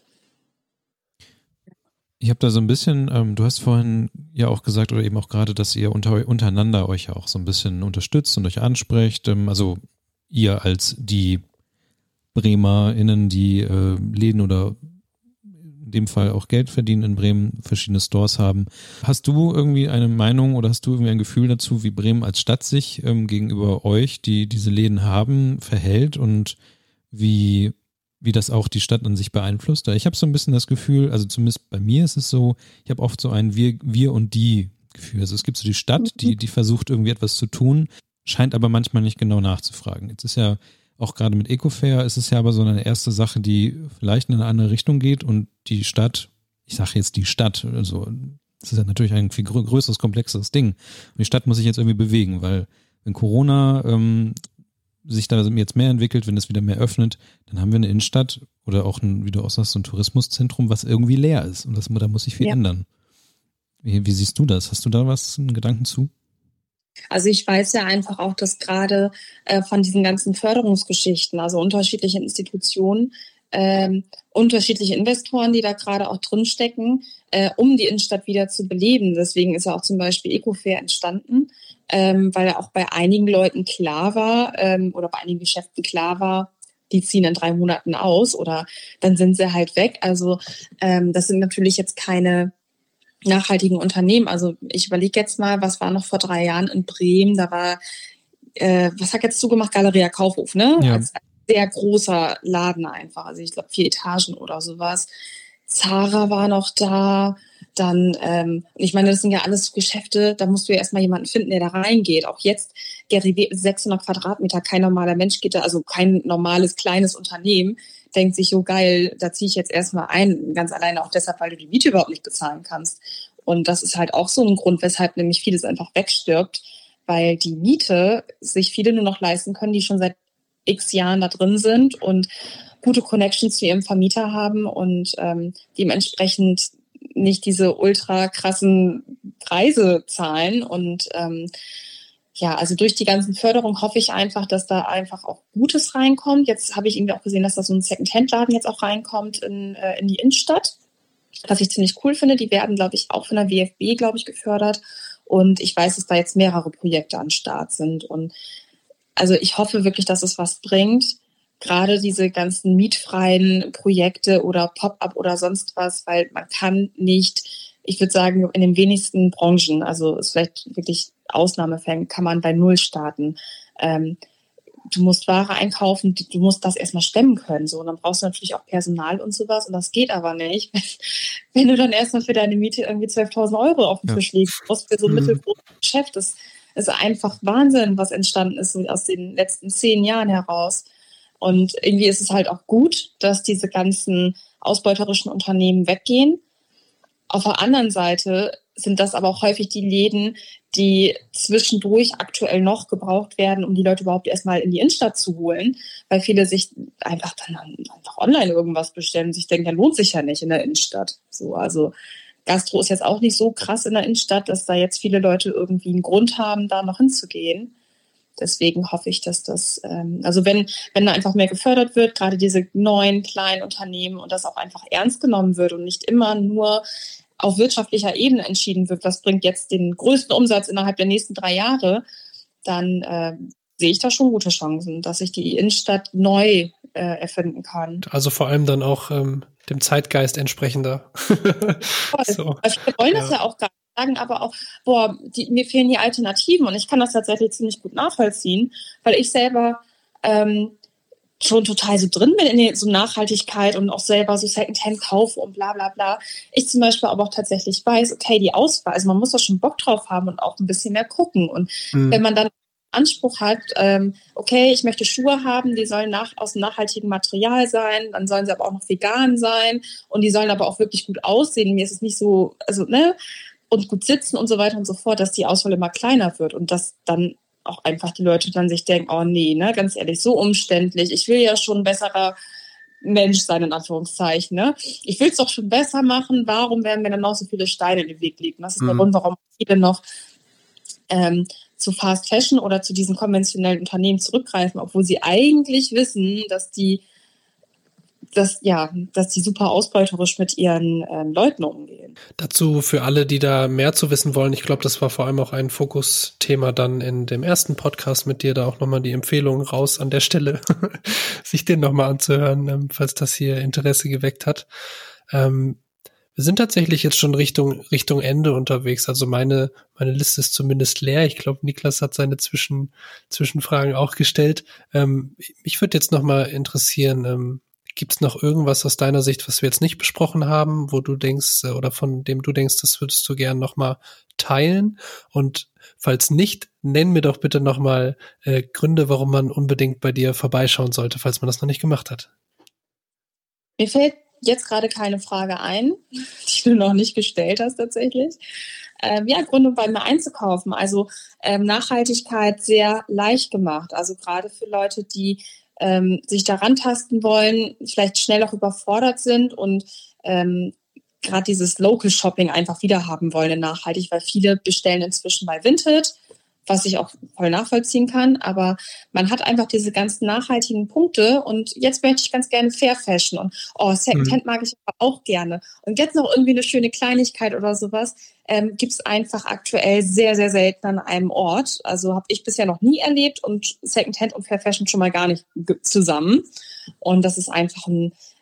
Ich habe da so ein bisschen, ähm, du hast vorhin ja auch gesagt oder eben auch gerade, dass ihr unter, untereinander euch ja auch so ein bisschen unterstützt und euch ansprecht. Ähm, also ihr als die BremerInnen, die äh, Läden oder in dem Fall auch Geld verdienen in Bremen, verschiedene Stores haben. Hast du irgendwie eine Meinung oder hast du irgendwie ein Gefühl dazu, wie Bremen als Stadt sich ähm, gegenüber euch, die diese Läden haben, verhält und wie wie das auch die Stadt an sich beeinflusst? Ich habe so ein bisschen das Gefühl, also zumindest bei mir ist es so, ich habe oft so ein Wir, wir und die Gefühl. Also es gibt so die Stadt, die, die versucht irgendwie etwas zu tun, scheint aber manchmal nicht genau nachzufragen. Jetzt ist ja auch gerade mit Ecofair, ist es ja aber so eine erste Sache, die vielleicht in eine andere Richtung geht und die Stadt, ich sage jetzt die Stadt, also das ist ja natürlich ein viel größeres, komplexeres Ding. Und die Stadt muss sich jetzt irgendwie bewegen, weil wenn Corona ähm, sich da jetzt mehr entwickelt, wenn es wieder mehr öffnet, dann haben wir eine Innenstadt oder auch ein, wie du auch sagst, so ein Tourismuszentrum, was irgendwie leer ist. Und das, da muss sich viel ja. ändern. Wie, wie siehst du das? Hast du da was, einen Gedanken zu? Also ich weiß ja einfach auch, dass gerade äh, von diesen ganzen Förderungsgeschichten, also unterschiedliche Institutionen, ähm, unterschiedliche Investoren, die da gerade auch drinstecken, äh, um die Innenstadt wieder zu beleben. Deswegen ist ja auch zum Beispiel Ecofair entstanden, ähm, weil ja auch bei einigen Leuten klar war ähm, oder bei einigen Geschäften klar war, die ziehen in drei Monaten aus oder dann sind sie halt weg. Also ähm, das sind natürlich jetzt keine nachhaltigen Unternehmen. Also ich überlege jetzt mal, was war noch vor drei Jahren in Bremen? Da war, äh, was hat jetzt zugemacht? Galeria Kaufhof, ne? Ja. Als sehr großer Laden einfach. Also ich glaube vier Etagen oder sowas. Zara war noch da. Dann, ähm, ich meine, das sind ja alles Geschäfte, da musst du ja erstmal jemanden finden, der da reingeht. Auch jetzt, Gary, sechshundert Quadratmeter, kein normaler Mensch geht da, also kein normales, kleines Unternehmen, denkt sich, so geil, da ziehe ich jetzt erstmal ein, ganz alleine auch deshalb, weil du die Miete überhaupt nicht bezahlen kannst. Und das ist halt auch so ein Grund, weshalb nämlich vieles einfach wegstirbt, weil die Miete sich viele nur noch leisten können, die schon seit x Jahren da drin sind und gute Connections zu ihrem Vermieter haben und ähm, dementsprechend nicht diese ultra krassen Preise zahlen. Und ähm, ja, also durch die ganzen Förderungen hoffe ich einfach, dass da einfach auch Gutes reinkommt. Jetzt habe ich irgendwie auch gesehen, dass da so ein Second-Hand-Laden jetzt auch reinkommt in, äh, in die Innenstadt, was ich ziemlich cool finde. Die werden, glaube ich, auch von der W F B, glaube ich, gefördert. Und ich weiß, dass da jetzt mehrere Projekte an Start sind. Und also ich hoffe wirklich, dass es was bringt. Gerade diese ganzen mietfreien Projekte oder Pop-up oder sonst was, weil man kann nicht, ich würde sagen, in den wenigsten Branchen, also ist vielleicht wirklich Ausnahmefällen, kann man bei Null starten. Ähm, du musst Ware einkaufen, du musst das erstmal stemmen können. So, und dann brauchst du natürlich auch Personal und sowas. Und das geht aber nicht, wenn du dann erstmal für deine Miete irgendwie zwölftausend Euro auf den ja. Tisch legst. Du musst für so ein mhm. mittelgroßes Geschäft. Das ist einfach Wahnsinn, was entstanden ist aus den letzten zehn Jahren heraus. Und irgendwie ist es halt auch gut, dass diese ganzen ausbeuterischen Unternehmen weggehen. Auf der anderen Seite sind das aber auch häufig die Läden, die zwischendurch aktuell noch gebraucht werden, um die Leute überhaupt erstmal in die Innenstadt zu holen, weil viele sich einfach dann einfach online irgendwas bestellen und sich denken, ja, lohnt sich ja nicht in der Innenstadt. So, also Gastro ist jetzt auch nicht so krass in der Innenstadt, dass da jetzt viele Leute irgendwie einen Grund haben, da noch hinzugehen. Deswegen hoffe ich, dass das, ähm, also wenn, wenn da einfach mehr gefördert wird, gerade diese neuen kleinen Unternehmen und das auch einfach ernst genommen wird und nicht immer nur auf wirtschaftlicher Ebene entschieden wird, was bringt jetzt den größten Umsatz innerhalb der nächsten drei Jahre, dann äh, sehe ich da schon gute Chancen, dass ich die Innenstadt neu äh, erfinden kann. Also vor allem dann auch ähm, dem Zeitgeist entsprechender. So. Wir wollen das ja, ja auch gar nicht. Sagen aber auch, boah, die, mir fehlen die Alternativen und ich kann das tatsächlich ziemlich gut nachvollziehen, weil ich selber ähm, schon total so drin bin in die, so Nachhaltigkeit und auch selber so Secondhand kaufe und bla bla bla. Ich zum Beispiel aber auch tatsächlich weiß, okay, die Auswahl, also man muss da schon Bock drauf haben und auch ein bisschen mehr gucken und mhm. wenn man dann Anspruch hat, ähm, okay, ich möchte Schuhe haben, die sollen nach, aus einem nachhaltigen Material sein, dann sollen sie aber auch noch vegan sein und die sollen aber auch wirklich gut aussehen. Mir ist es nicht so, also, ne, und gut sitzen und so weiter und so fort, dass die Auswahl immer kleiner wird und dass dann auch einfach die Leute dann sich denken, oh nee, ne, ganz ehrlich, so umständlich, ich will ja schon ein besserer Mensch sein, in Anführungszeichen, ne? Ich will es doch schon besser machen, warum werden mir dann noch so viele Steine in den Weg liegen? Das ist mhm. der Grund, warum viele noch ähm, zu Fast Fashion oder zu diesen konventionellen Unternehmen zurückgreifen, obwohl sie eigentlich wissen, dass die dass, ja, dass die super ausbeuterisch mit ihren ähm, Leuten umgehen. Dazu für alle, die da mehr zu wissen wollen, ich glaube, das war vor allem auch ein Fokusthema dann in dem ersten Podcast mit dir, da auch nochmal die Empfehlung raus an der Stelle, sich den nochmal anzuhören, ähm, falls das hier Interesse geweckt hat. Ähm, wir sind tatsächlich jetzt schon Richtung Richtung Ende unterwegs, also meine meine Liste ist zumindest leer. Ich glaube, Niklas hat seine Zwischen, Zwischenfragen auch gestellt. Ähm, mich würde jetzt nochmal interessieren, ähm, gibt es noch irgendwas aus deiner Sicht, was wir jetzt nicht besprochen haben, wo du denkst oder von dem du denkst, das würdest du gern nochmal teilen? Und falls nicht, nenn mir doch bitte nochmal äh, Gründe, warum man unbedingt bei dir vorbeischauen sollte, falls man das noch nicht gemacht hat. Mir fällt jetzt gerade keine Frage ein, die du noch nicht gestellt hast tatsächlich. Ähm, ja, Gründe bei mir einzukaufen. Also ähm, Nachhaltigkeit sehr leicht gemacht. Also gerade für Leute, die Ähm, sich daran tasten wollen, vielleicht schnell auch überfordert sind und ähm, gerade dieses Local Shopping einfach wieder haben wollen, nachhaltig, weil viele bestellen inzwischen bei Vinted, was ich auch voll nachvollziehen kann, aber man hat einfach diese ganzen nachhaltigen Punkte und jetzt möchte ich ganz gerne Fair Fashion und oh, Secondhand mag ich auch gerne und jetzt noch irgendwie eine schöne Kleinigkeit oder sowas, ähm, gibt es einfach aktuell sehr, sehr selten an einem Ort. Also habe ich bisher noch nie erlebt und Secondhand und Fair Fashion schon mal gar nicht zusammen und das ist einfach ein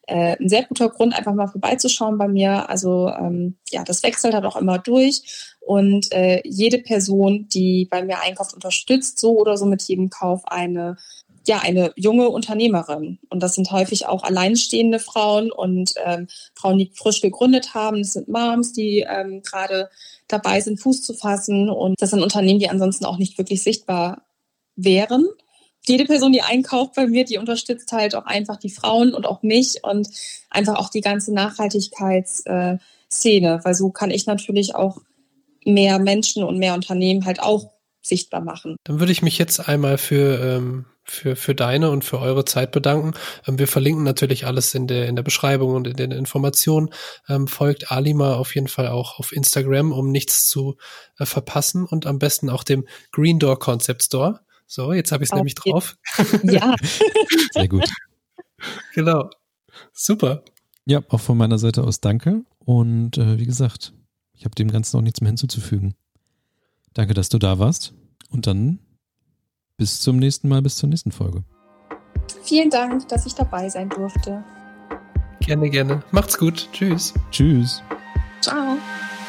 äh, ein sehr guter Grund, einfach mal vorbeizuschauen bei mir. Also ähm, ja, das wechselt halt auch immer durch. Und äh, jede Person, die bei mir einkauft, unterstützt so oder so mit jedem Kauf eine ja, eine junge Unternehmerin. Und das sind häufig auch alleinstehende Frauen und ähm, Frauen, die frisch gegründet haben. Das sind Moms, die ähm, gerade dabei sind, Fuß zu fassen. Und das sind Unternehmen, die ansonsten auch nicht wirklich sichtbar wären. Jede Person, die einkauft bei mir, die unterstützt halt auch einfach die Frauen und auch mich und einfach auch die ganze Nachhaltigkeitsszene. Weil so kann ich natürlich auch mehr Menschen und mehr Unternehmen halt auch sichtbar machen. Dann würde ich mich jetzt einmal für, ähm, für, für deine und für eure Zeit bedanken. Ähm, wir verlinken natürlich alles in der, in der Beschreibung und in den Informationen. Ähm, folgt Alima auf jeden Fall auch auf Instagram, um nichts zu äh, verpassen und am besten auch dem Green Door Concept Store. So, jetzt habe ich es nämlich drauf. Ja. Sehr gut. Genau. Super. Ja, auch von meiner Seite aus danke. Und äh, wie gesagt, ich habe dem Ganzen auch nichts mehr hinzuzufügen. Danke, dass du da warst. Und dann bis zum nächsten Mal, bis zur nächsten Folge. Vielen Dank, dass ich dabei sein durfte. Gerne, gerne. Macht's gut. Tschüss. Tschüss. Ciao.